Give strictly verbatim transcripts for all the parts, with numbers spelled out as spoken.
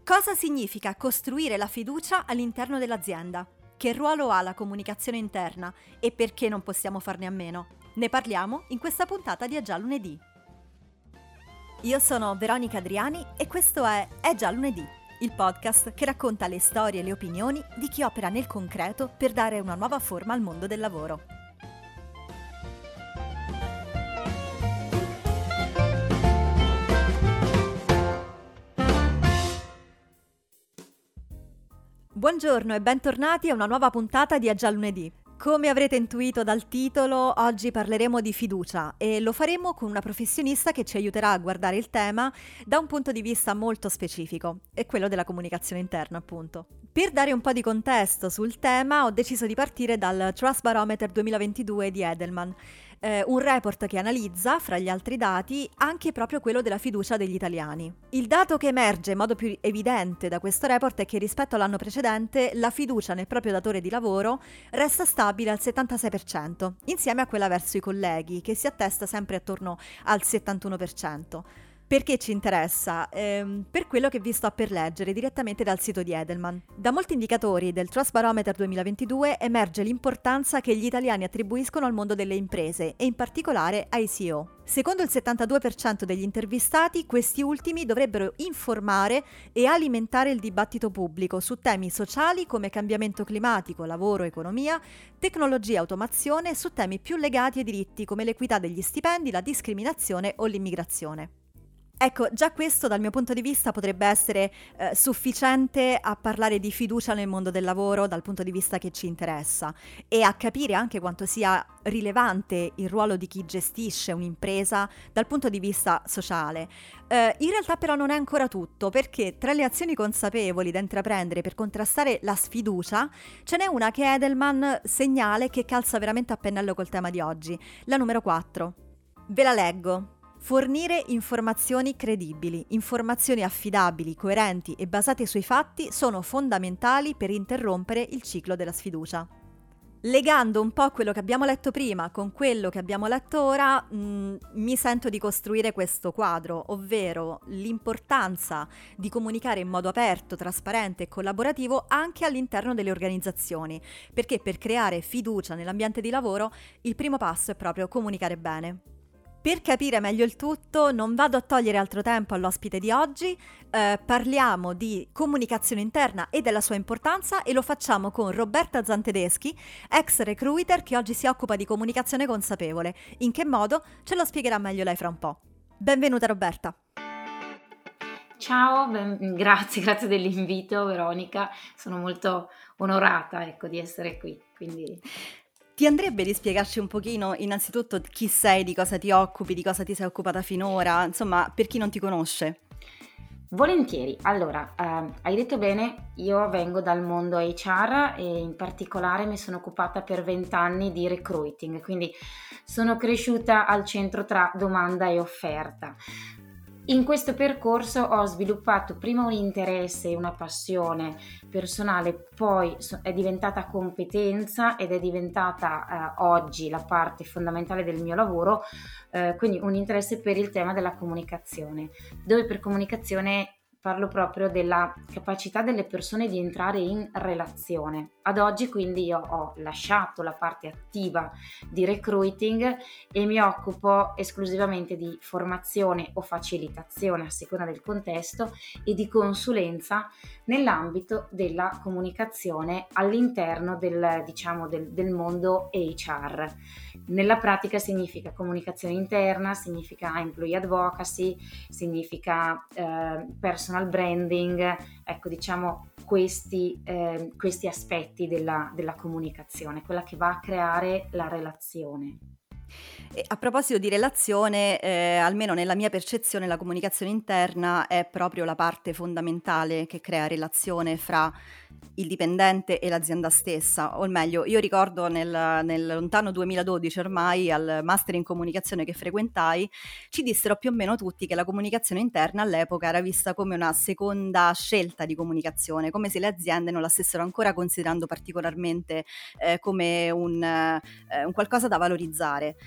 Cosa significa costruire la fiducia all'interno dell'azienda? Che ruolo ha la comunicazione interna e perché non possiamo farne a meno? Ne parliamo in questa puntata di È già lunedì. Io sono Veronica Adriani e questo è È già lunedì, il podcast che racconta le storie e le opinioni di chi opera nel concreto per dare una nuova forma al mondo del lavoro. Buongiorno e bentornati a una nuova puntata di È già lunedì. Come avrete intuito dal titolo, oggi parleremo di fiducia e lo faremo con una professionista che ci aiuterà a guardare il tema da un punto di vista molto specifico, è quello della comunicazione interna, appunto. Per dare un po' di contesto sul tema, ho deciso di partire dal Trust Barometer duemilaventidue di Edelman, eh, un report che analizza, fra gli altri dati, anche proprio quello della fiducia degli italiani. Il dato che emerge in modo più evidente da questo report è che rispetto all'anno precedente la fiducia nel proprio datore di lavoro resta stabile al settantasei per cento, insieme a quella verso i colleghi, che si attesta sempre attorno al settantuno per cento. Perché ci interessa? Ehm, per quello che vi sto per leggere direttamente dal sito di Edelman. Da molti indicatori del Trust Barometer duemilaventidue emerge l'importanza che gli italiani attribuiscono al mondo delle imprese e in particolare ai C E O. Secondo il settantadue per cento degli intervistati, questi ultimi dovrebbero informare e alimentare il dibattito pubblico su temi sociali come cambiamento climatico, lavoro, economia, tecnologia e automazione, e su temi più legati ai diritti come l'equità degli stipendi, la discriminazione o l'immigrazione. Ecco, già questo dal mio punto di vista potrebbe essere eh, sufficiente a parlare di fiducia nel mondo del lavoro dal punto di vista che ci interessa e a capire anche quanto sia rilevante il ruolo di chi gestisce un'impresa dal punto di vista sociale. Eh, in realtà però non è ancora tutto, perché tra le azioni consapevoli da intraprendere per contrastare la sfiducia ce n'è una che Edelman segnala che calza veramente a pennello col tema di oggi, la numero quattro. Ve la leggo. Fornire informazioni credibili, informazioni affidabili, coerenti e basate sui fatti sono fondamentali per interrompere il ciclo della sfiducia. Legando un po' quello che abbiamo letto prima con quello che abbiamo letto ora, mh, mi sento di costruire questo quadro, ovvero l'importanza di comunicare in modo aperto, trasparente e collaborativo anche all'interno delle organizzazioni, perché per creare fiducia nell'ambiente di lavoro il primo passo è proprio comunicare bene. Per capire meglio il tutto, non vado a togliere altro tempo all'ospite di oggi, eh, parliamo di comunicazione interna e della sua importanza e lo facciamo con Roberta Zantedeschi, ex recruiter che oggi si occupa di comunicazione consapevole. In che modo? Ce lo spiegherà meglio lei fra un po'. Benvenuta Roberta. Ciao, ben, grazie, grazie dell'invito Veronica, sono molto onorata ecco, di essere qui, quindi... Ti andrebbe di spiegarci un pochino innanzitutto chi sei, di cosa ti occupi, di cosa ti sei occupata finora, insomma, per chi non ti conosce? Volentieri, allora, eh, hai detto bene, io vengo dal mondo H R e in particolare mi sono occupata per vent'anni di recruiting, quindi sono cresciuta al centro tra domanda e offerta. In questo percorso ho sviluppato prima un interesse e una passione personale, poi è diventata competenza ed è diventata eh, oggi la parte fondamentale del mio lavoro, eh, quindi un interesse per il tema della comunicazione, dove per comunicazione parlo proprio della capacità delle persone di entrare in relazione. Ad oggi quindi io ho lasciato la parte attiva di recruiting e mi occupo esclusivamente di formazione o facilitazione a seconda del contesto e di consulenza nell'ambito della comunicazione all'interno del, diciamo, del, del mondo H R. Nella pratica significa comunicazione interna, significa employee advocacy, significa eh, personal branding, ecco diciamo questi, eh, questi aspetti della, della comunicazione, quella che va a creare la relazione. E a proposito di relazione, eh, almeno nella mia percezione la comunicazione interna è proprio la parte fondamentale che crea relazione fra il dipendente e l'azienda stessa, o meglio, io ricordo nel, nel lontano duemiladodici ormai al master in comunicazione che frequentai, ci dissero più o meno tutti che la comunicazione interna all'epoca era vista come una seconda scelta di comunicazione, come se le aziende non la stessero ancora considerando particolarmente eh, come un, eh, un qualcosa da valorizzare.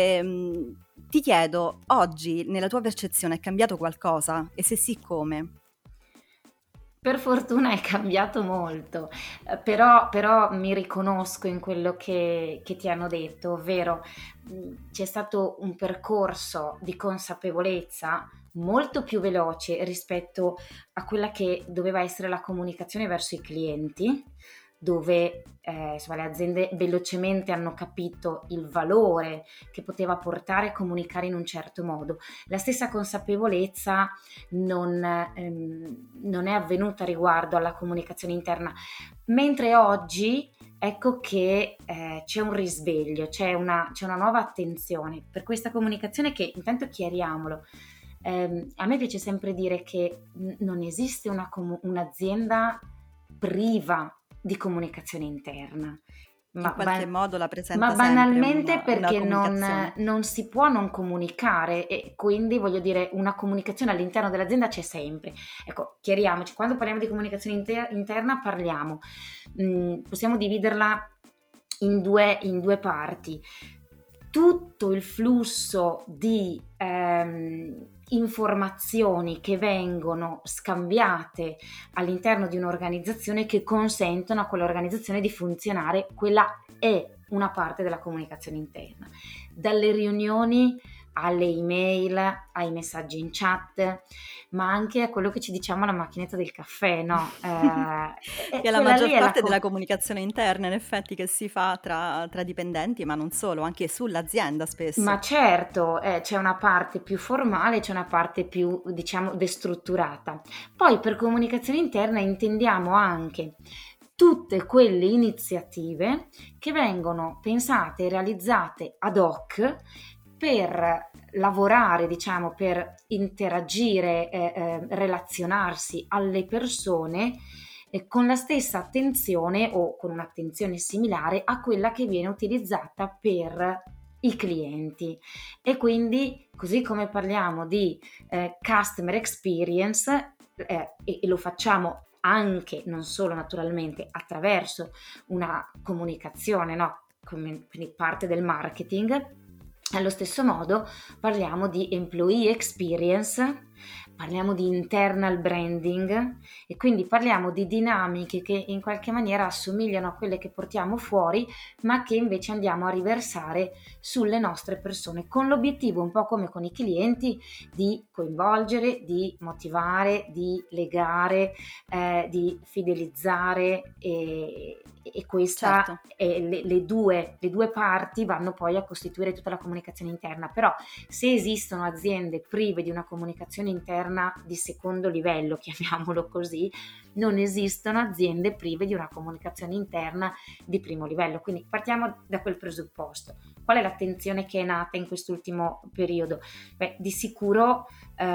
Ehm, ti chiedo, oggi nella tua percezione è cambiato qualcosa? E se sì, come? Per fortuna è cambiato molto, eh, però, però mi riconosco in quello che, che ti hanno detto, ovvero mh, c'è stato un percorso di consapevolezza molto più veloce rispetto a quella che doveva essere la comunicazione verso i clienti, dove eh, insomma, le aziende velocemente hanno capito il valore che poteva portare a comunicare in un certo modo. La stessa consapevolezza non, ehm, non è avvenuta riguardo alla comunicazione interna, mentre oggi ecco che eh, c'è un risveglio, c'è una, c'è una nuova attenzione per questa comunicazione che intanto chiariamolo. Eh, a me piace sempre dire che n- non esiste una com- un'azienda priva di comunicazione interna, In ma, qualche ba- modo la ma presenta sempre banalmente una, una perché non, comunicazione. non si può non comunicare e quindi voglio dire una comunicazione all'interno dell'azienda c'è sempre. Ecco, chiariamoci, quando parliamo di comunicazione inter- interna parliamo, mh, possiamo dividerla in due, in due parti. Tutto il flusso di ehm, informazioni che vengono scambiate all'interno di un'organizzazione che consentono a quell'organizzazione di funzionare, quella è una parte della comunicazione interna. Dalle riunioni alle email, ai messaggi in chat, ma anche a quello che ci diciamo alla macchinetta del caffè, no? Eh, Che è la quella lì maggior è la parte co- della comunicazione interna, in effetti, che si fa tra, tra dipendenti, ma non solo, anche sull'azienda Ma spesso. certo, eh, c'è una parte più formale, c'è una parte più, diciamo, destrutturata. Poi per comunicazione interna intendiamo anche tutte quelle iniziative che vengono pensate e realizzate ad hoc per lavorare, diciamo, per interagire, eh, eh, relazionarsi alle persone eh, con la stessa attenzione o con un'attenzione similare a quella che viene utilizzata per i clienti. E quindi, così come parliamo di eh, customer experience, eh, e, e lo facciamo anche, non solo naturalmente, attraverso una comunicazione, no? Come, quindi parte del marketing. Allo stesso modo parliamo di employee experience, parliamo di internal branding e quindi parliamo di dinamiche che in qualche maniera assomigliano a quelle che portiamo fuori, ma che invece andiamo a riversare sulle nostre persone, con l'obiettivo, un po' come con i clienti, di coinvolgere, di motivare, di legare, eh, di fidelizzare e, e questa Certo. e le, le, due, le due parti vanno poi a costituire tutta la comunicazione interna. Però se esistono aziende prive di una comunicazione interna di secondo livello, chiamiamolo così, non esistono aziende prive di una comunicazione interna di primo livello. Quindi partiamo da quel presupposto. Qual è l'attenzione che è nata in quest'ultimo periodo? Beh, di sicuro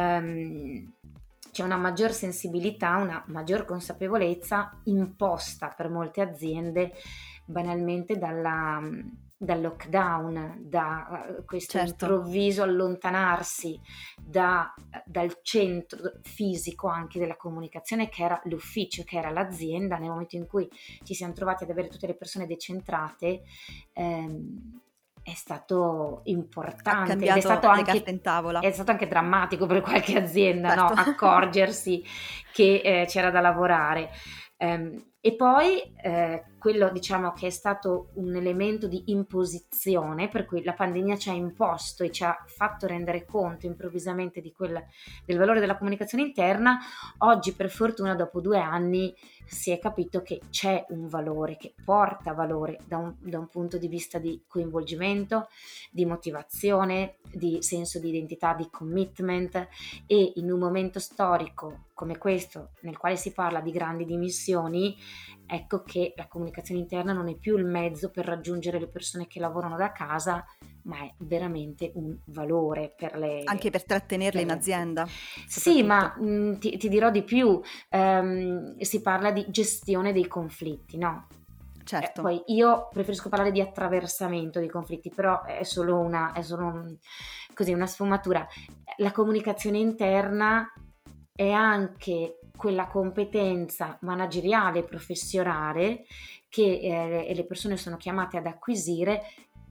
ehm, c'è una maggior sensibilità, una maggior consapevolezza imposta per molte aziende banalmente dalla, dal lockdown, da uh, questo Certo. improvviso allontanarsi da, dal centro fisico anche della comunicazione che era l'ufficio, che era l'azienda. Nel momento in cui ci siamo trovati ad avere tutte le persone decentrate, ehm, è stato Ha importante ed è cambiato stato le carte anche in tavola. è stato anche drammatico per qualche azienda, no? Certo. Accorgersi che eh, c'era da lavorare. Um, e poi eh, quello diciamo che è stato un elemento di imposizione, per cui la pandemia ci ha imposto e ci ha fatto rendere conto improvvisamente di quel, del valore della comunicazione interna. Oggi per fortuna dopo due anni si è capito che c'è un valore, che porta valore da un, da un punto di vista di coinvolgimento, di motivazione, di senso di identità, di commitment, e in un momento storico come questo nel quale si parla di grandi dimissioni, ecco che la comunicazione interna non è più il mezzo per raggiungere le persone che lavorano da casa, ma è veramente un valore per le, Anche per trattenerle per in le aziende. azienda, Sì, soprattutto. ma mh, ti, ti dirò di più, ehm, si parla di gestione dei conflitti, no? Eh, Certo. poi io preferisco parlare di attraversamento dei conflitti, però è solo una, è solo un, così, una sfumatura. La comunicazione interna è anche quella competenza manageriale e professionale che eh, le persone sono chiamate ad acquisire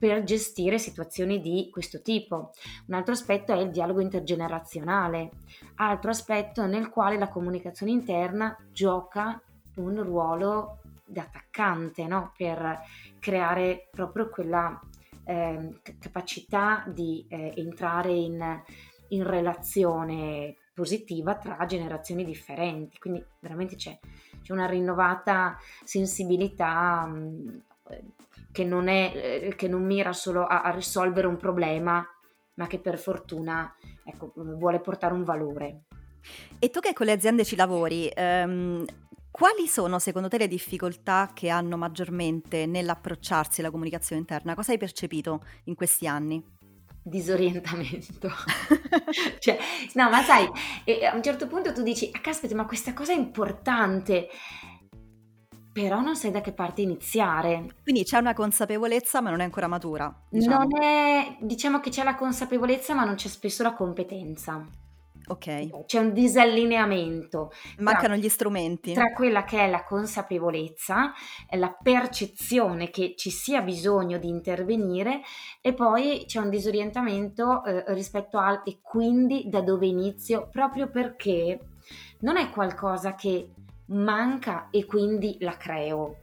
per gestire situazioni di questo tipo. Un altro aspetto è il dialogo intergenerazionale, altro aspetto nel quale la comunicazione interna gioca un ruolo da attaccante, no? Per creare proprio quella eh, capacità di eh, entrare in, in relazione positiva tra generazioni differenti. Quindi veramente c'è, c'è una rinnovata sensibilità mh, che non è eh, che non mira solo a, a risolvere un problema, ma che per fortuna, ecco, vuole portare un valore. E tu che con le aziende ci lavori, ehm, quali sono secondo te le difficoltà che hanno maggiormente nell'approcciarsi alla comunicazione interna? Cosa hai percepito in questi anni? Disorientamento. Cioè, no, ma sai, e a un certo punto tu dici, ah, caspita, ma questa cosa è importante, però non sai da che parte iniziare. Quindi c'è una consapevolezza, ma non è ancora matura, diciamo. Non è, diciamo che c'è la consapevolezza, ma non c'è spesso la competenza. Ok, C'è un disallineamento tra, mancano gli strumenti. tra quella che è la consapevolezza, è la percezione che ci sia bisogno di intervenire, e poi c'è un disorientamento eh, rispetto al e quindi da dove inizio, proprio perché non è qualcosa che manca e quindi la creo,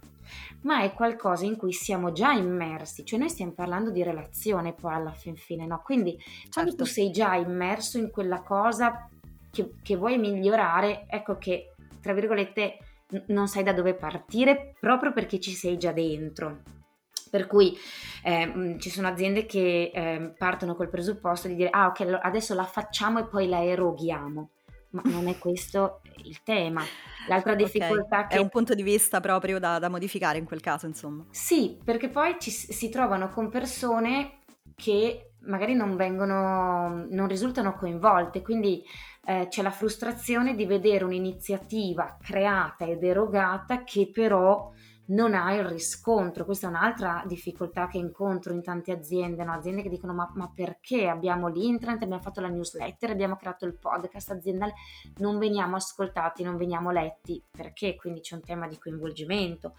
ma è qualcosa in cui siamo già immersi, cioè noi stiamo parlando di relazione poi alla fin fine, no? Quindi quando tu Certo. sei già immerso in quella cosa che, che vuoi migliorare, ecco che, tra virgolette, n- non sai da dove partire proprio perché ci sei già dentro. Per cui eh, mh, ci sono aziende che eh, partono col presupposto di dire, ah ok, allora adesso la facciamo e poi la eroghiamo, ma non è questo il tema. L'altra Ok, difficoltà è che un punto di vista proprio da, da modificare in quel caso, insomma. sì, perché poi ci s- si trovano con persone che magari non vengono, non risultano coinvolte, quindi eh, c'è la frustrazione di vedere un'iniziativa creata ed erogata che però non ha il riscontro. Questa è un'altra difficoltà che incontro in tante aziende, no? Aziende che dicono ma, ma perché abbiamo l'intranet, abbiamo fatto la newsletter, abbiamo creato il podcast aziendale, non veniamo ascoltati, non veniamo letti, perché? Quindi c'è un tema di coinvolgimento.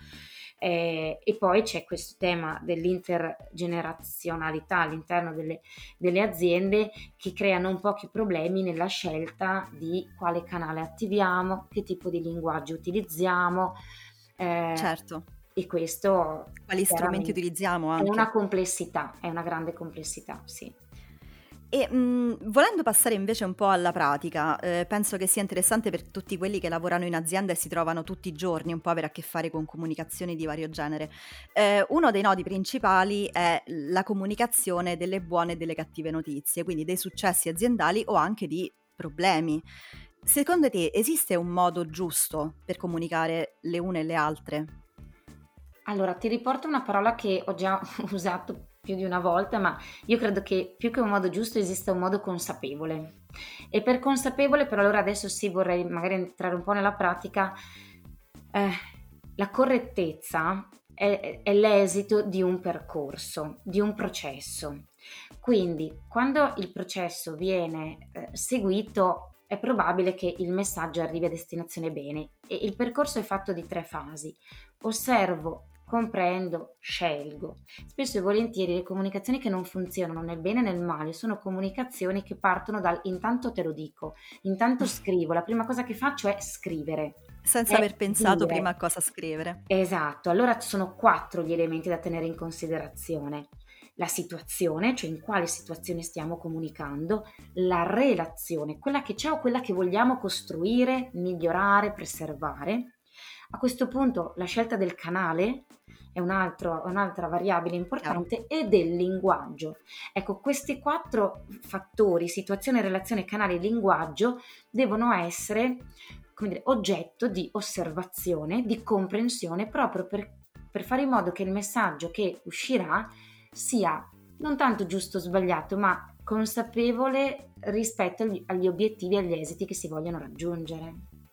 Eh, e poi c'è questo tema dell'intergenerazionalità all'interno delle, delle aziende che crea non pochi problemi nella scelta di quale canale attiviamo, che tipo di linguaggio utilizziamo, eh, Certo. e questo Quali strumenti chiaramente utilizziamo è una anche. complessità, è una grande complessità, sì. E mh, volendo passare invece un po' alla pratica, eh, penso che sia interessante per tutti quelli che lavorano in azienda e si trovano tutti i giorni un po' avere a che fare con comunicazioni di vario genere. Eh, uno dei nodi principali è la comunicazione delle buone e delle cattive notizie, quindi dei successi aziendali o anche di problemi. Secondo te esiste un modo giusto per comunicare le une e le altre? Allora, ti riporto una parola che ho già usato più di una volta, ma io credo che più che un modo giusto esista un modo consapevole. E per consapevole, però allora adesso sì, vorrei magari entrare un po' nella pratica, eh, la correttezza è, è l'esito di un percorso, di un processo. Quindi, quando il processo viene eh, seguito, è probabile che il messaggio arrivi a destinazione bene, e il percorso è fatto di tre fasi: osservo, comprendo, scelgo. Spesso e volentieri le comunicazioni che non funzionano nel bene e nel male sono comunicazioni che partono dal intanto te lo dico, intanto scrivo, la prima cosa che faccio è scrivere, Senza è aver pensato dire. prima a cosa scrivere. Esatto, allora ci sono quattro gli elementi da tenere in considerazione: la situazione, cioè in quale situazione stiamo comunicando, la relazione, quella che c'è o quella che vogliamo costruire, migliorare, preservare. A questo punto la scelta del canale è un altro- un'altra variabile Chiaro? importante, e del linguaggio. Ecco, questi quattro fattori, situazione, relazione, canale e linguaggio, devono essere, come dire, oggetto di osservazione, di comprensione, proprio per, per fare in modo che il messaggio che uscirà sia non tanto giusto o sbagliato, ma consapevole rispetto agli, agli obiettivi e agli esiti che si vogliono raggiungere.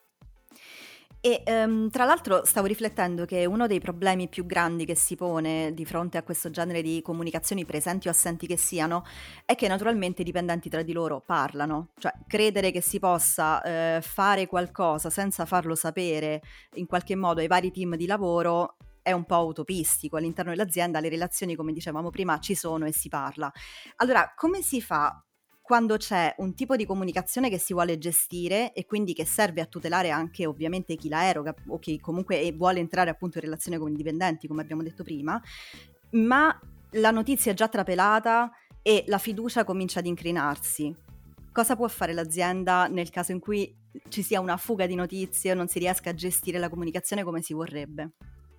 E ehm, tra l'altro stavo riflettendo che uno dei problemi più grandi che si pone di fronte a questo genere di comunicazioni, presenti o assenti che siano, è che naturalmente i dipendenti tra di loro parlano, cioè credere che si possa eh, fare qualcosa senza farlo sapere in qualche modo ai vari team di lavoro è un po' utopistico. All'interno dell'azienda le relazioni, come dicevamo prima, ci sono e si parla. Allora, come si fa quando c'è un tipo di comunicazione che si vuole gestire e quindi che serve a tutelare anche ovviamente chi la eroga o chi comunque vuole entrare appunto in relazione con i dipendenti, come abbiamo detto prima, ma la notizia è già trapelata e la fiducia comincia ad incrinarsi? Cosa può fare l'azienda nel caso in cui ci sia una fuga di notizie o non si riesca a gestire la comunicazione come si vorrebbe?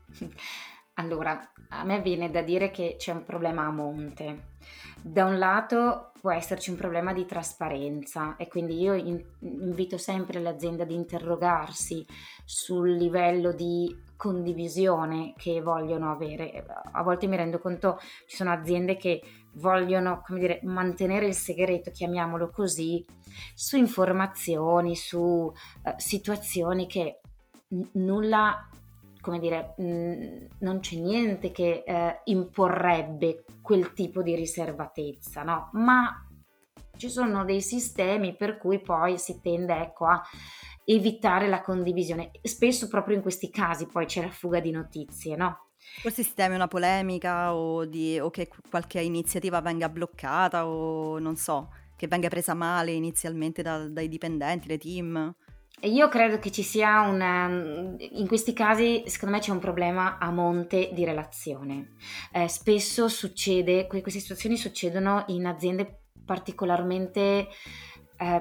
Allora, a me viene da dire che c'è un problema a monte. Da un lato può esserci un problema di trasparenza e quindi io in- invito sempre l'azienda ad interrogarsi sul livello di condivisione che vogliono avere. A volte mi rendo conto, ci sono aziende che vogliono, come dire, mantenere il segreto, chiamiamolo così, su informazioni, su eh, situazioni che n- nulla, come dire, mh, non c'è niente che eh, imporrebbe quel tipo di riservatezza, no? Ma ci sono dei sistemi per cui poi si tende, ecco, a evitare la condivisione. Spesso proprio in questi casi poi c'è la fuga di notizie, no? Forse si teme una polemica o, di, o che qualche iniziativa venga bloccata o non so, che venga presa male inizialmente da- dai dipendenti, dai team. E io credo che ci sia una, in questi casi secondo me c'è un problema a monte di relazione. Eh, spesso succede, que- queste situazioni succedono in aziende particolarmente eh,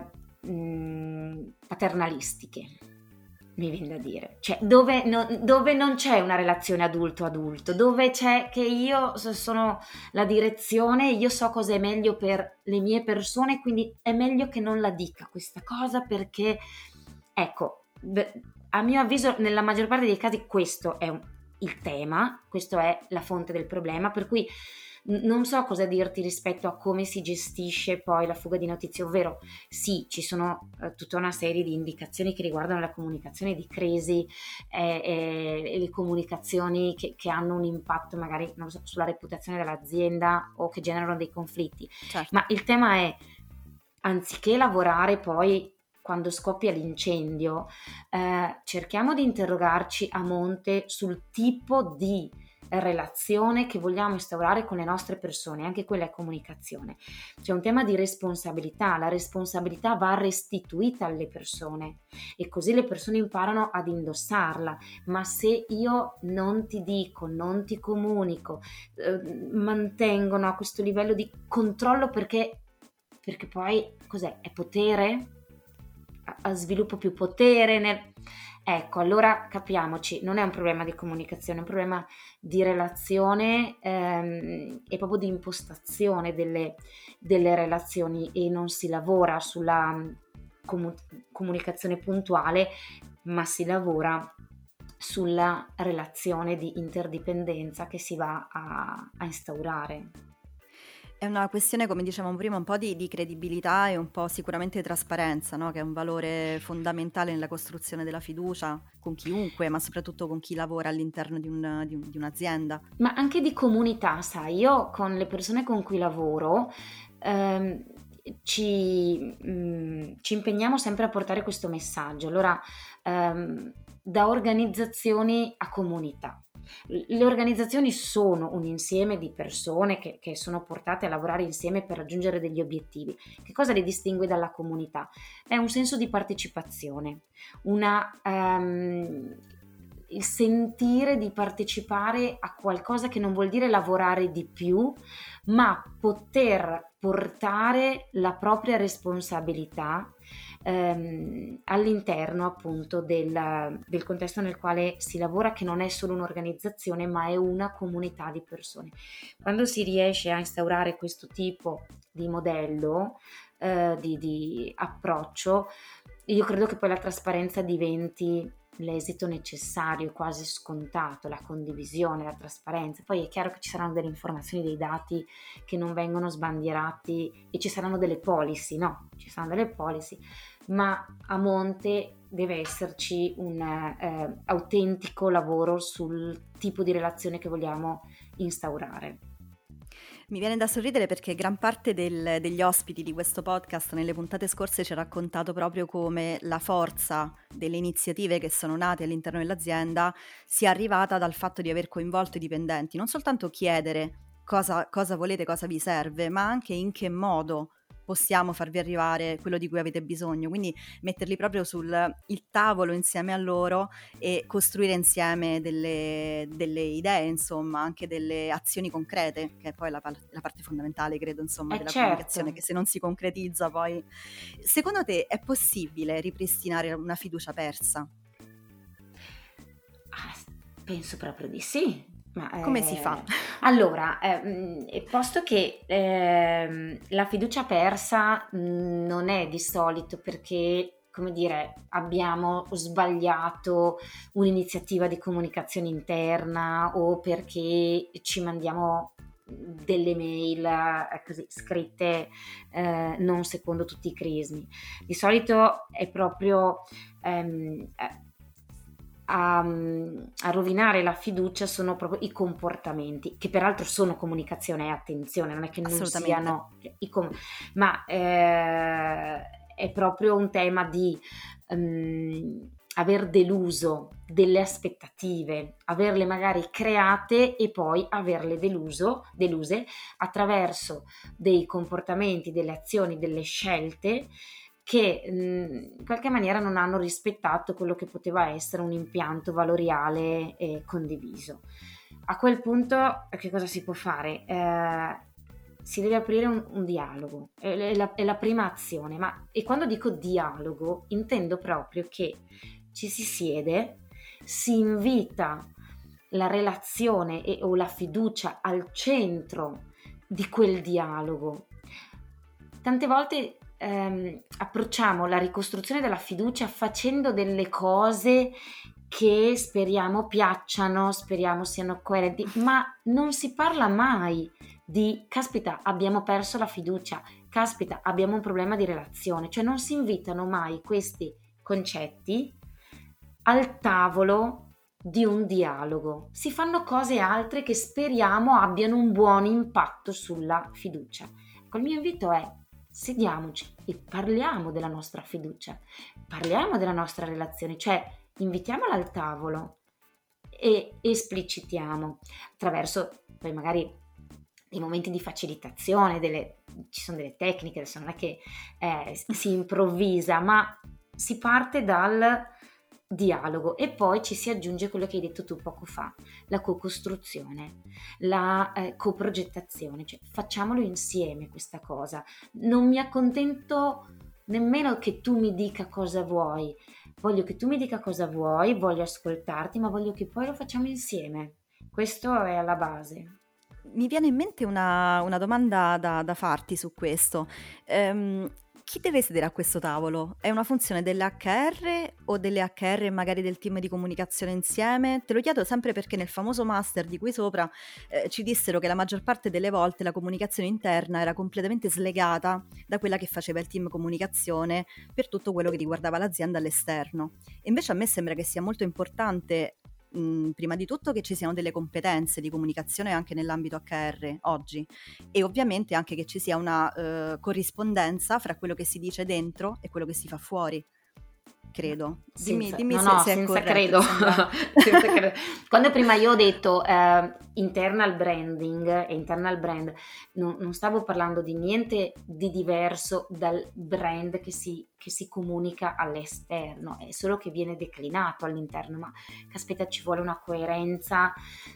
mh, paternalistiche, mi viene da dire, cioè dove, no- dove non c'è una relazione adulto-adulto, dove c'è che io so- sono la direzione, io so cosa è meglio per le mie persone, quindi è meglio che non la dica questa cosa perché, ecco, beh, a mio avviso nella maggior parte dei casi questo è un- il tema, questo è la fonte del problema, per cui n- non so cosa dirti rispetto a come si gestisce poi la fuga di notizie, ovvero sì, ci sono eh, tutta una serie di indicazioni che riguardano la comunicazione di crisi eh, eh, e le comunicazioni che, che hanno un impatto magari non lo so, sulla reputazione dell'azienda o che generano dei conflitti, Certo. ma il tema è, anziché lavorare poi quando scoppia l'incendio, eh, cerchiamo di interrogarci a monte sul tipo di relazione che vogliamo instaurare con le nostre persone, anche quella è comunicazione. C'è un tema di responsabilità, la responsabilità va restituita alle persone e così le persone imparano ad indossarla, ma se io non ti dico, non ti comunico, eh, mantengono a questo livello di controllo perché, perché poi cos'è? È potere? A, a sviluppo più potere nel... Ecco, allora capiamoci, non è un problema di comunicazione, è un problema di relazione ehm, e proprio di impostazione delle, delle relazioni e non si lavora sulla mh, comu- comunicazione puntuale, ma si lavora sulla relazione di interdipendenza che si va a, a instaurare. È una questione, come dicevamo prima, un po' di, di credibilità e un po' sicuramente di trasparenza, no? Che è un valore fondamentale nella costruzione della fiducia con chiunque, ma soprattutto con chi lavora all'interno di, un- di un- di un'azienda. Ma anche di comunità, sai, io con le persone con cui lavoro ehm, ci, mm, ci impegniamo sempre a portare questo messaggio. Allora, ehm, da organizzazioni a comunità. Le organizzazioni sono un insieme di persone che, che sono portate a lavorare insieme per raggiungere degli obiettivi. Che cosa le distingue dalla comunità? È un senso di partecipazione, una, ehm, il sentire di partecipare a qualcosa che non vuol dire lavorare di più, ma poter portare la propria responsabilità ehm, all'interno appunto del, del contesto nel quale si lavora, che non è solo un'organizzazione, ma è una comunità di persone. Quando si riesce a instaurare questo tipo di modello, eh, di, di approccio, io credo che poi la trasparenza diventi l'esito necessario, quasi scontato, la condivisione, la trasparenza. Poi è chiaro che ci saranno delle informazioni, dei dati che non vengono sbandierati e ci saranno delle policy, no? Ci saranno delle policy, ma a monte deve esserci un eh, autentico lavoro sul tipo di relazione che vogliamo instaurare. Mi viene da sorridere perché gran parte del- degli ospiti di questo podcast nelle puntate scorse ci ha raccontato proprio come la forza delle iniziative che sono nate all'interno dell'azienda sia arrivata dal fatto di aver coinvolto i dipendenti, non soltanto chiedere cosa, cosa volete, cosa vi serve, ma anche in che modo possiamo farvi arrivare quello di cui avete bisogno, quindi metterli proprio sul il tavolo insieme a loro e costruire insieme delle, delle idee, insomma, anche delle azioni concrete, che è poi la, pal- la parte fondamentale, credo, insomma, Eh della comunicazione, certo. che se non si concretizza poi... Secondo te è possibile ripristinare una fiducia persa? Ah, s- penso proprio di sì. Ma Come si fa? eh, allora, eh, mh, e posto che ehm, la fiducia persa mh, non è di solito perché, come dire, abbiamo sbagliato un'iniziativa di comunicazione interna o perché ci mandiamo delle mail eh, così scritte eh, non secondo tutti i crismi. Di solito è proprio ehm, eh, a, a rovinare la fiducia sono proprio i comportamenti, che peraltro sono comunicazione, e attenzione, non è che non Assolutamente. siano, i com- ma eh, è proprio un tema di ehm, aver deluso delle aspettative, averle magari create e poi averle deluso, deluse attraverso dei comportamenti, delle azioni, delle scelte che mh, in qualche maniera non hanno rispettato quello che poteva essere un impianto valoriale e condiviso. A quel punto che cosa si può fare? Eh, si deve aprire un, un dialogo, è la, è la prima azione, ma e quando dico dialogo intendo proprio che ci si siede, si invita la relazione e, o la fiducia al centro di quel dialogo. Tante volte ehm, approcciamo la ricostruzione della fiducia facendo delle cose che speriamo piacciano, speriamo siano coerenti, ma non si parla mai di caspita, abbiamo perso la fiducia, caspita, abbiamo un problema di relazione, cioè non si invitano mai questi concetti al tavolo di un dialogo. Si fanno cose altre che speriamo abbiano un buon impatto sulla fiducia. Ecco, il mio invito è sediamoci e parliamo della nostra fiducia, parliamo della nostra relazione, cioè invitiamola al tavolo e esplicitiamo attraverso poi magari dei momenti di facilitazione, delle, ci sono delle tecniche, adesso non è che eh, si improvvisa, ma si parte dal dialogo e poi ci si aggiunge quello che hai detto tu poco fa, la co-costruzione, la eh, coprogettazione, cioè facciamolo insieme questa cosa. Non mi accontento nemmeno che tu mi dica cosa vuoi, voglio che tu mi dica cosa vuoi, voglio ascoltarti, ma voglio che poi lo facciamo insieme. Questo è alla base. Mi viene in mente una, una domanda da, da farti su questo. Ehm, chi deve sedere a questo tavolo? È una funzione delle acca erre o delle acca erre e magari del team di comunicazione insieme? Te lo chiedo sempre perché nel famoso master di qui sopra eh, ci dissero che la maggior parte delle volte la comunicazione interna era completamente slegata da quella che faceva il team comunicazione per tutto quello che riguardava l'azienda all'esterno. E invece a me sembra che sia molto importante mh, prima di tutto che ci siano delle competenze di comunicazione anche nell'ambito acca erre oggi e ovviamente anche che ci sia una eh, corrispondenza fra quello che si dice dentro e quello che si fa fuori, credo. Dimmi, Senza, dimmi no, se, no, se è senza corretto, credo. mi sembra... Senza credo. Quando prima io ho detto eh, internal branding e internal brand, non, non stavo parlando di niente di diverso dal brand che si, che si comunica all'esterno, è solo che viene declinato all'interno, ma caspita, ci vuole una coerenza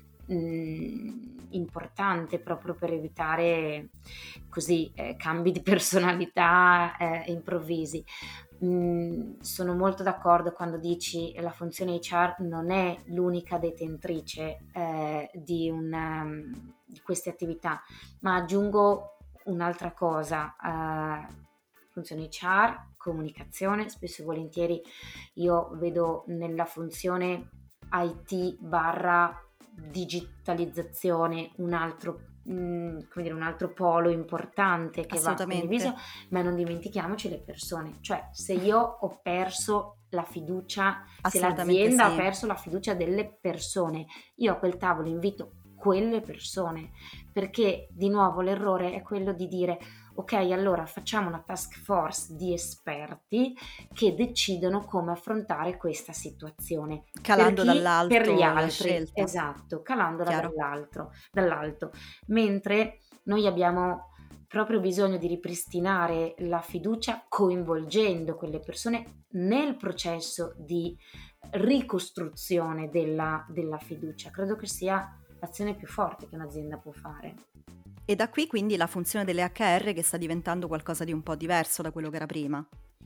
mh, importante proprio per evitare così eh, cambi di personalità eh, improvvisi. Mm, sono molto d'accordo quando dici che la funzione acca erre non è l'unica detentrice eh, di, una, di queste attività, ma aggiungo un'altra cosa, eh, funzione acca erre, comunicazione, spesso e volentieri io vedo nella funzione I T barra digitalizzazione un altro come dire, un altro polo importante che va condiviso, ma non dimentichiamoci le persone, cioè se io ho perso la fiducia, se l'azienda sì. ha perso la fiducia delle persone, io a quel tavolo invito quelle persone, perché di nuovo l'errore è quello di dire ok, allora facciamo una task force di esperti che decidono come affrontare questa situazione per Calando chi? Per gli dall'alto la altri, scelta. esatto, calandola Chiaro. dall'altro, dall'alto, mentre noi abbiamo proprio bisogno di ripristinare la fiducia coinvolgendo quelle persone nel processo di ricostruzione della, della fiducia. Credo che sia l'azione più forte che un'azienda può fare. E da qui quindi la funzione delle acca erre che sta diventando qualcosa di un po' diverso da quello che era prima.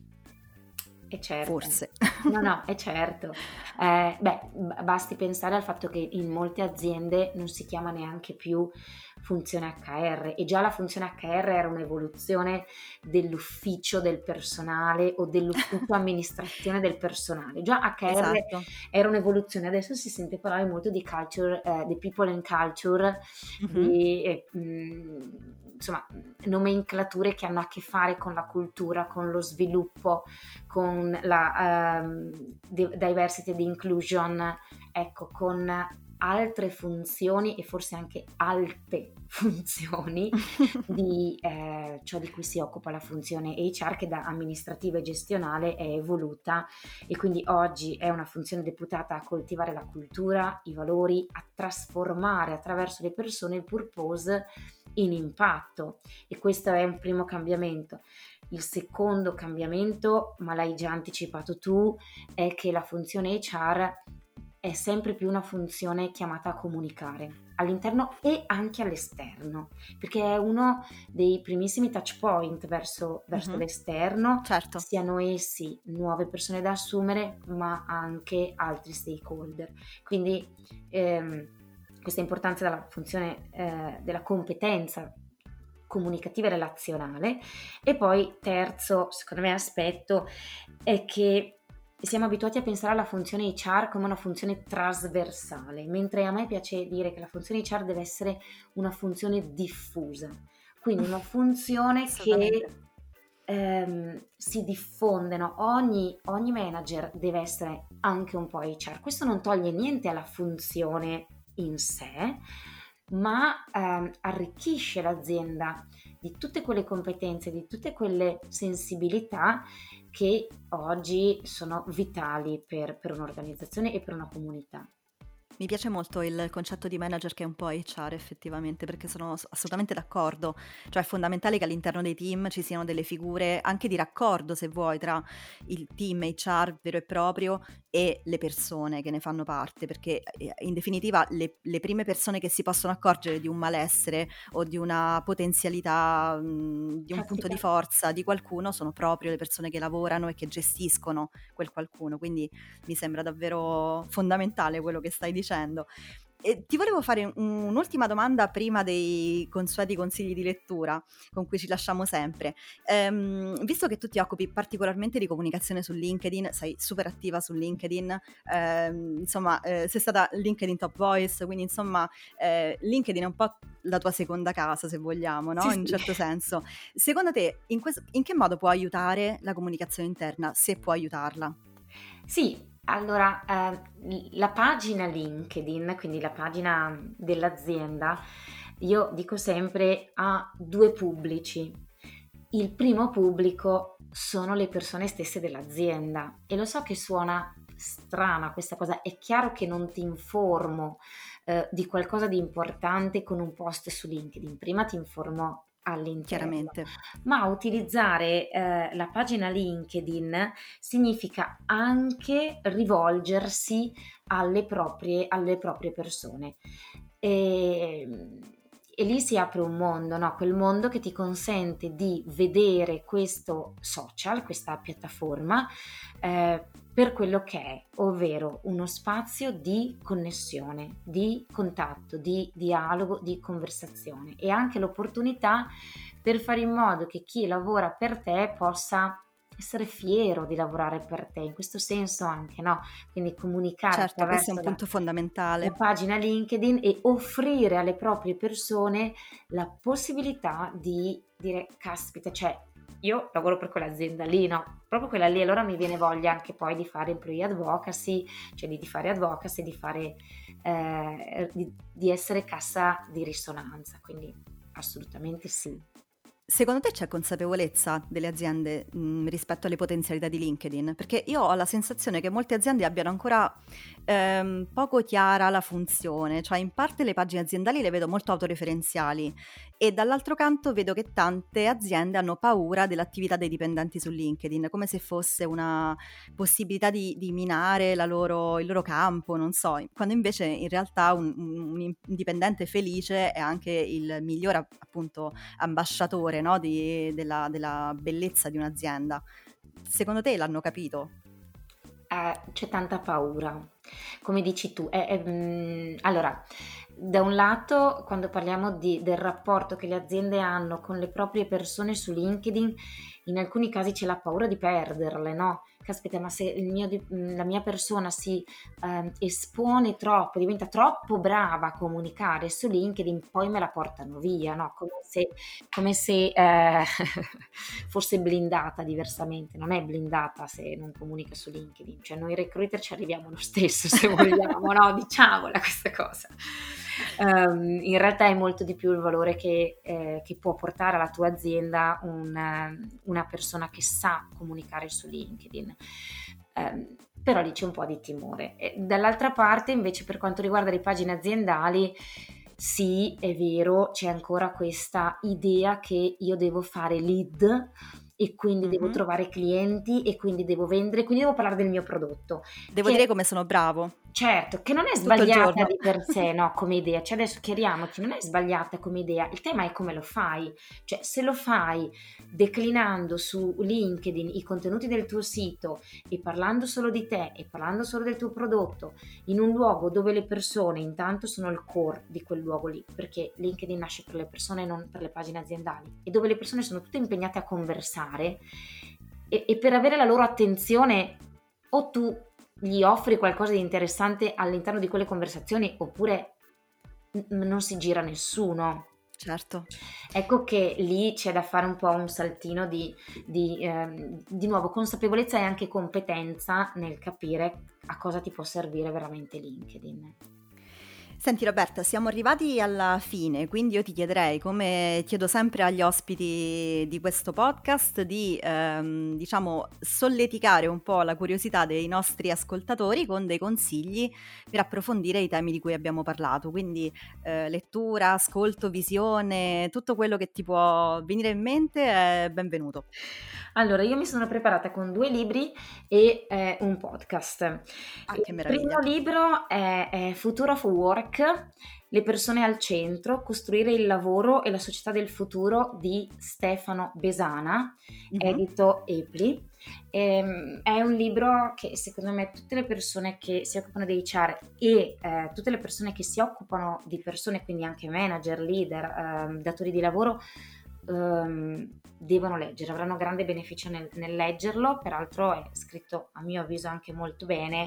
È certo. Forse. No, no, è certo. Eh, beh, b- basti pensare al fatto che in molte aziende non si chiama neanche più funzione acca erre e già la funzione acca erre era un'evoluzione dell'ufficio del personale o dell'ufficio amministrazione del personale. Già acca erre Esatto. era un'evoluzione, adesso si sente parlare molto di culture, eh, di people and culture, Mhm. di eh, mh, insomma nomenclature che hanno a che fare con la cultura, con lo sviluppo, con la ehm, di- diversity and inclusion, ecco, con altre funzioni e forse anche alte funzioni di eh, ciò di cui si occupa la funzione acca erre, che da amministrativa e gestionale è evoluta e quindi oggi è una funzione deputata a coltivare la cultura, i valori, a trasformare attraverso le persone il purpose in impatto, e questo è un primo cambiamento. Il secondo cambiamento, ma l'hai già anticipato tu, è che la funzione acca erre è sempre più una funzione chiamata a comunicare all'interno e anche all'esterno, perché è uno dei primissimi touch point verso, verso Mhm. l'esterno, Certo. siano essi nuove persone da assumere, ma anche altri stakeholder. Quindi ehm, questa importanza della funzione eh, della competenza comunicativa e relazionale. E poi terzo, secondo me, aspetto è che siamo abituati a pensare alla funzione acca erre come una funzione trasversale, mentre a me piace dire che la funzione acca erre deve essere una funzione diffusa, quindi una funzione Assolutamente. che ehm, si diffonde, no? Ogni, ogni manager deve essere anche un po' acca erre. Questo non toglie niente alla funzione in sé, ma ehm, arricchisce l'azienda di tutte quelle competenze, di tutte quelle sensibilità che oggi sono vitali per, per un'organizzazione e per una comunità. Mi piace molto il concetto di manager che è un po' acca erre effettivamente, perché sono ass- assolutamente d'accordo. Cioè è fondamentale che all'interno dei team ci siano delle figure anche di raccordo, se vuoi, tra il team acca erre vero e proprio e le persone che ne fanno parte, perché eh, in definitiva le, le prime persone che si possono accorgere di un malessere o di una potenzialità, mh, di un punto di Caspita. forza di qualcuno sono proprio le persone che lavorano e che gestiscono quel qualcuno. Quindi mi sembra davvero fondamentale quello che stai dicendo. E ti volevo fare un- un'ultima domanda prima dei consueti consigli di lettura con cui ci lasciamo sempre. Ehm, visto che tu ti occupi particolarmente di comunicazione su LinkedIn, sei super attiva su LinkedIn, ehm, insomma, eh, sei stata LinkedIn Top Voice, quindi insomma, eh, LinkedIn è un po' la tua seconda casa, se vogliamo, no? Sì, In un sì. certo senso. Secondo te, in, questo- in che modo può aiutare la comunicazione interna, se può aiutarla? Sì, allora eh, la pagina LinkedIn, quindi la pagina dell'azienda, io dico sempre ha due pubblici. Il primo pubblico sono le persone stesse dell'azienda e lo so che suona strana questa cosa, è chiaro che non ti informo eh, di qualcosa di importante con un post su LinkedIn, prima ti informo all'interno, Chiaramente. ma utilizzare eh, la pagina LinkedIn significa anche rivolgersi alle proprie, alle proprie persone. E, e lì si apre un mondo, no? Quel mondo che ti consente di vedere questo social, questa piattaforma, eh, per quello che è, ovvero uno spazio di connessione, di contatto, di dialogo, di conversazione, e anche l'opportunità per fare in modo che chi lavora per te possa essere fiero di lavorare per te, in questo senso anche, no? Quindi comunicare Certo, questo è un attraverso la, punto la fondamentale. pagina LinkedIn e offrire alle proprie persone la possibilità di dire, caspita, cioè io lavoro per quell'azienda lì, no? Proprio quella lì, allora mi viene voglia anche poi di fare employee advocacy, cioè di, di fare advocacy, di fare eh, di, di essere cassa di risonanza, quindi assolutamente sì. Secondo te c'è consapevolezza delle aziende mh, rispetto alle potenzialità di LinkedIn? Perché io ho la sensazione che molte aziende abbiano ancora ehm, poco chiara la funzione, cioè in parte le pagine aziendali le vedo molto autoreferenziali e dall'altro canto vedo che tante aziende hanno paura dell'attività dei dipendenti su LinkedIn, come se fosse una possibilità di, di minare la loro- il loro campo, non so, quando invece in realtà un, un dipendente felice è anche il miglior appunto ambasciatore, no, di- della, della bellezza di un'azienda. Secondo te l'hanno capito? Eh, c'è tanta paura, come dici tu. È- è, mm, allora, da un lato, quando parliamo di- del rapporto che le aziende hanno con le proprie persone su LinkedIn, in alcuni casi c'è la paura di perderle, no? Caspita, ma se il mio di- mm, la mia persona si ehm, espone troppo, diventa troppo brava a comunicare su LinkedIn, poi me la portano via, no? Come se, come se eh, fosse blindata diversamente. Non è blindata se non comunica su LinkedIn, cioè noi recruiter ci arriviamo lo stesso se vogliamo, no? Diciamola questa cosa. Ehm, in realtà è molto di più il valore che, eh, che può portare alla tua azienda un, eh, una persona che sa comunicare su LinkedIn. Ehm, però lì c'è un po' di timore. E dall'altra parte, invece, per quanto riguarda le pagine aziendali, sì, è vero, c'è ancora questa idea che io devo fare lead e quindi devo Mhm. trovare clienti e quindi devo vendere, quindi devo parlare del mio prodotto. Devo dire Che come sono bravo certo, che non è tutto il sbagliata giorno. di per sé, no, come idea. Cioè adesso chiariamoci, non è sbagliata come idea, il tema è come lo fai. Cioè se lo fai declinando su LinkedIn i contenuti del tuo sito e parlando solo di te e parlando solo del tuo prodotto in un luogo dove le persone intanto sono il core di quel luogo lì, perché LinkedIn nasce per le persone e non per le pagine aziendali, e dove le persone sono tutte impegnate a conversare e, e per avere la loro attenzione o tu gli offri qualcosa di interessante all'interno di quelle conversazioni oppure n- non si gira nessuno. Certo. Ecco che lì c'è da fare un po' un saltino di, di, ehm, di nuovo consapevolezza e anche competenza nel capire a cosa ti può servire veramente LinkedIn. Senti Roberta, siamo arrivati alla fine, quindi io ti chiederei, come chiedo sempre agli ospiti di questo podcast, di ehm, diciamo solleticare un po' la curiosità dei nostri ascoltatori con dei consigli per approfondire i temi di cui abbiamo parlato. Quindi eh, lettura, ascolto, visione, tutto quello che ti può venire in mente è benvenuto. Allora, io mi sono preparata con due libri e eh, un podcast. Ah, che Il primo meraviglia. libro è, è Future of Work, le persone al centro, costruire il lavoro e la società del futuro di Stefano Besana, Mhm. edito Epli. Ehm, è un libro che secondo me tutte le persone che si occupano di H R e eh, tutte le persone che si occupano di persone, quindi anche manager, leader, ehm, datori di lavoro, ehm, devono leggere, avranno grande beneficio nel, nel leggerlo. Peraltro è scritto a mio avviso anche molto bene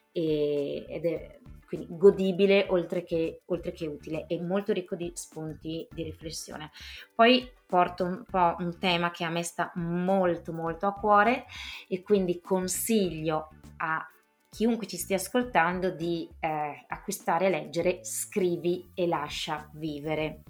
e, ed è quindi godibile oltre che, oltre che utile e molto ricco di spunti di riflessione. Poi porto un po' un tema che a me sta molto molto a cuore e quindi consiglio a chiunque ci stia ascoltando di eh, acquistare e leggere Scrivi e lascia vivere.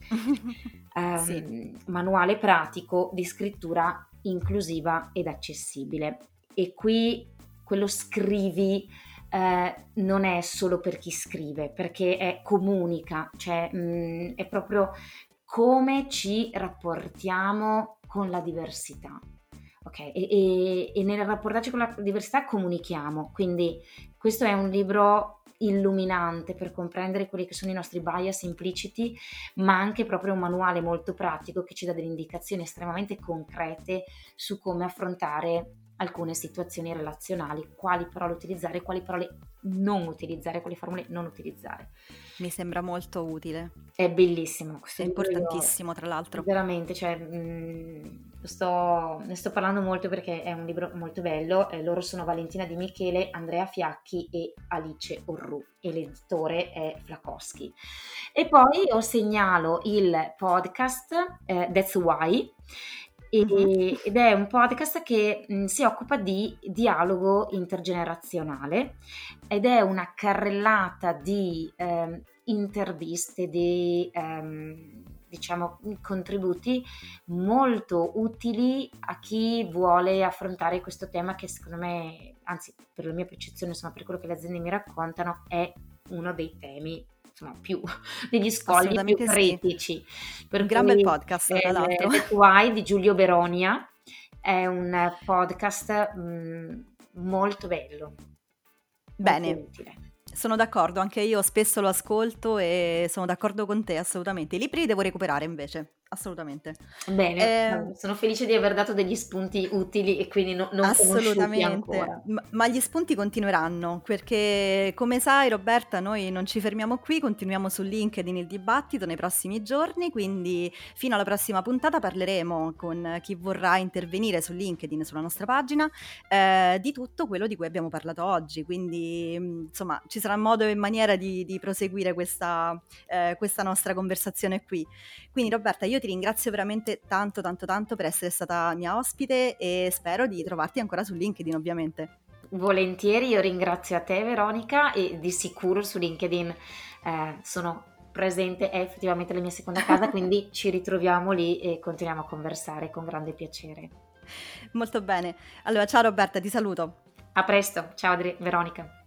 Sì. Ehm, manuale pratico di scrittura inclusiva ed accessibile. E qui quello scrivi eh, non è solo per chi scrive, perché è comunica, cioè mh, è proprio come ci rapportiamo con la diversità. Ok, e, e, e nel rapportarci con la diversità comunichiamo, quindi questo è un libro illuminante per comprendere quelli che sono i nostri bias impliciti, ma anche proprio un manuale molto pratico che ci dà delle indicazioni estremamente concrete su come affrontare alcune situazioni relazionali, quali parole utilizzare, quali parole non utilizzare, quali formule non utilizzare. Mi sembra molto utile, È bellissimo questo è libro, importantissimo tra io l'altro. veramente, cioè, mh, sto, ne sto parlando molto perché è un libro molto bello. Eh, loro sono Valentina Di Michele, Andrea Fiacchi e Alice Orru e l'editore è Flakowski. E poi io segnalo il podcast eh, That's Why, Mhm. e- ed è un podcast che mh, si occupa di dialogo intergenerazionale ed è una carrellata di ehm, interviste, di ehm, diciamo contributi molto utili a chi vuole affrontare questo tema che secondo me, anzi per la mia percezione, insomma per quello che le aziende mi raccontano, è uno dei temi insomma più degli scogli più Assolutamente sì. critici. Un Per gran bel cui podcast, tra eh, l'altro. The Why di Giulio Beronia è un podcast mh, molto bello, molto Bene, utile. sono d'accordo, anche io spesso lo ascolto e sono d'accordo con te, assolutamente. I libri li devo recuperare invece, assolutamente. Bene, Eh, eh, sono felice di aver dato degli spunti utili e quindi no- non conosciuti Assolutamente, ancora. ma ma gli spunti continueranno, perché come sai Roberta, noi non ci fermiamo qui, continuiamo su LinkedIn il dibattito nei prossimi giorni, quindi fino alla prossima puntata parleremo con chi vorrà intervenire su LinkedIn, sulla nostra pagina, eh, di tutto quello di cui abbiamo parlato oggi, quindi mh, insomma ci sarà modo e maniera di, di proseguire questa, eh, questa nostra conversazione qui. Quindi Roberta, io ti ringrazio veramente tanto tanto tanto per essere stata mia ospite e spero di trovarti ancora su LinkedIn, ovviamente. Volentieri, io ringrazio a te Veronica e di sicuro su LinkedIn eh, sono presente, è effettivamente la mia seconda casa, quindi ci ritroviamo lì e continuiamo a conversare con grande piacere. Molto bene. Allora, ciao Roberta, ti saluto. A presto, ciao Adri- Veronica.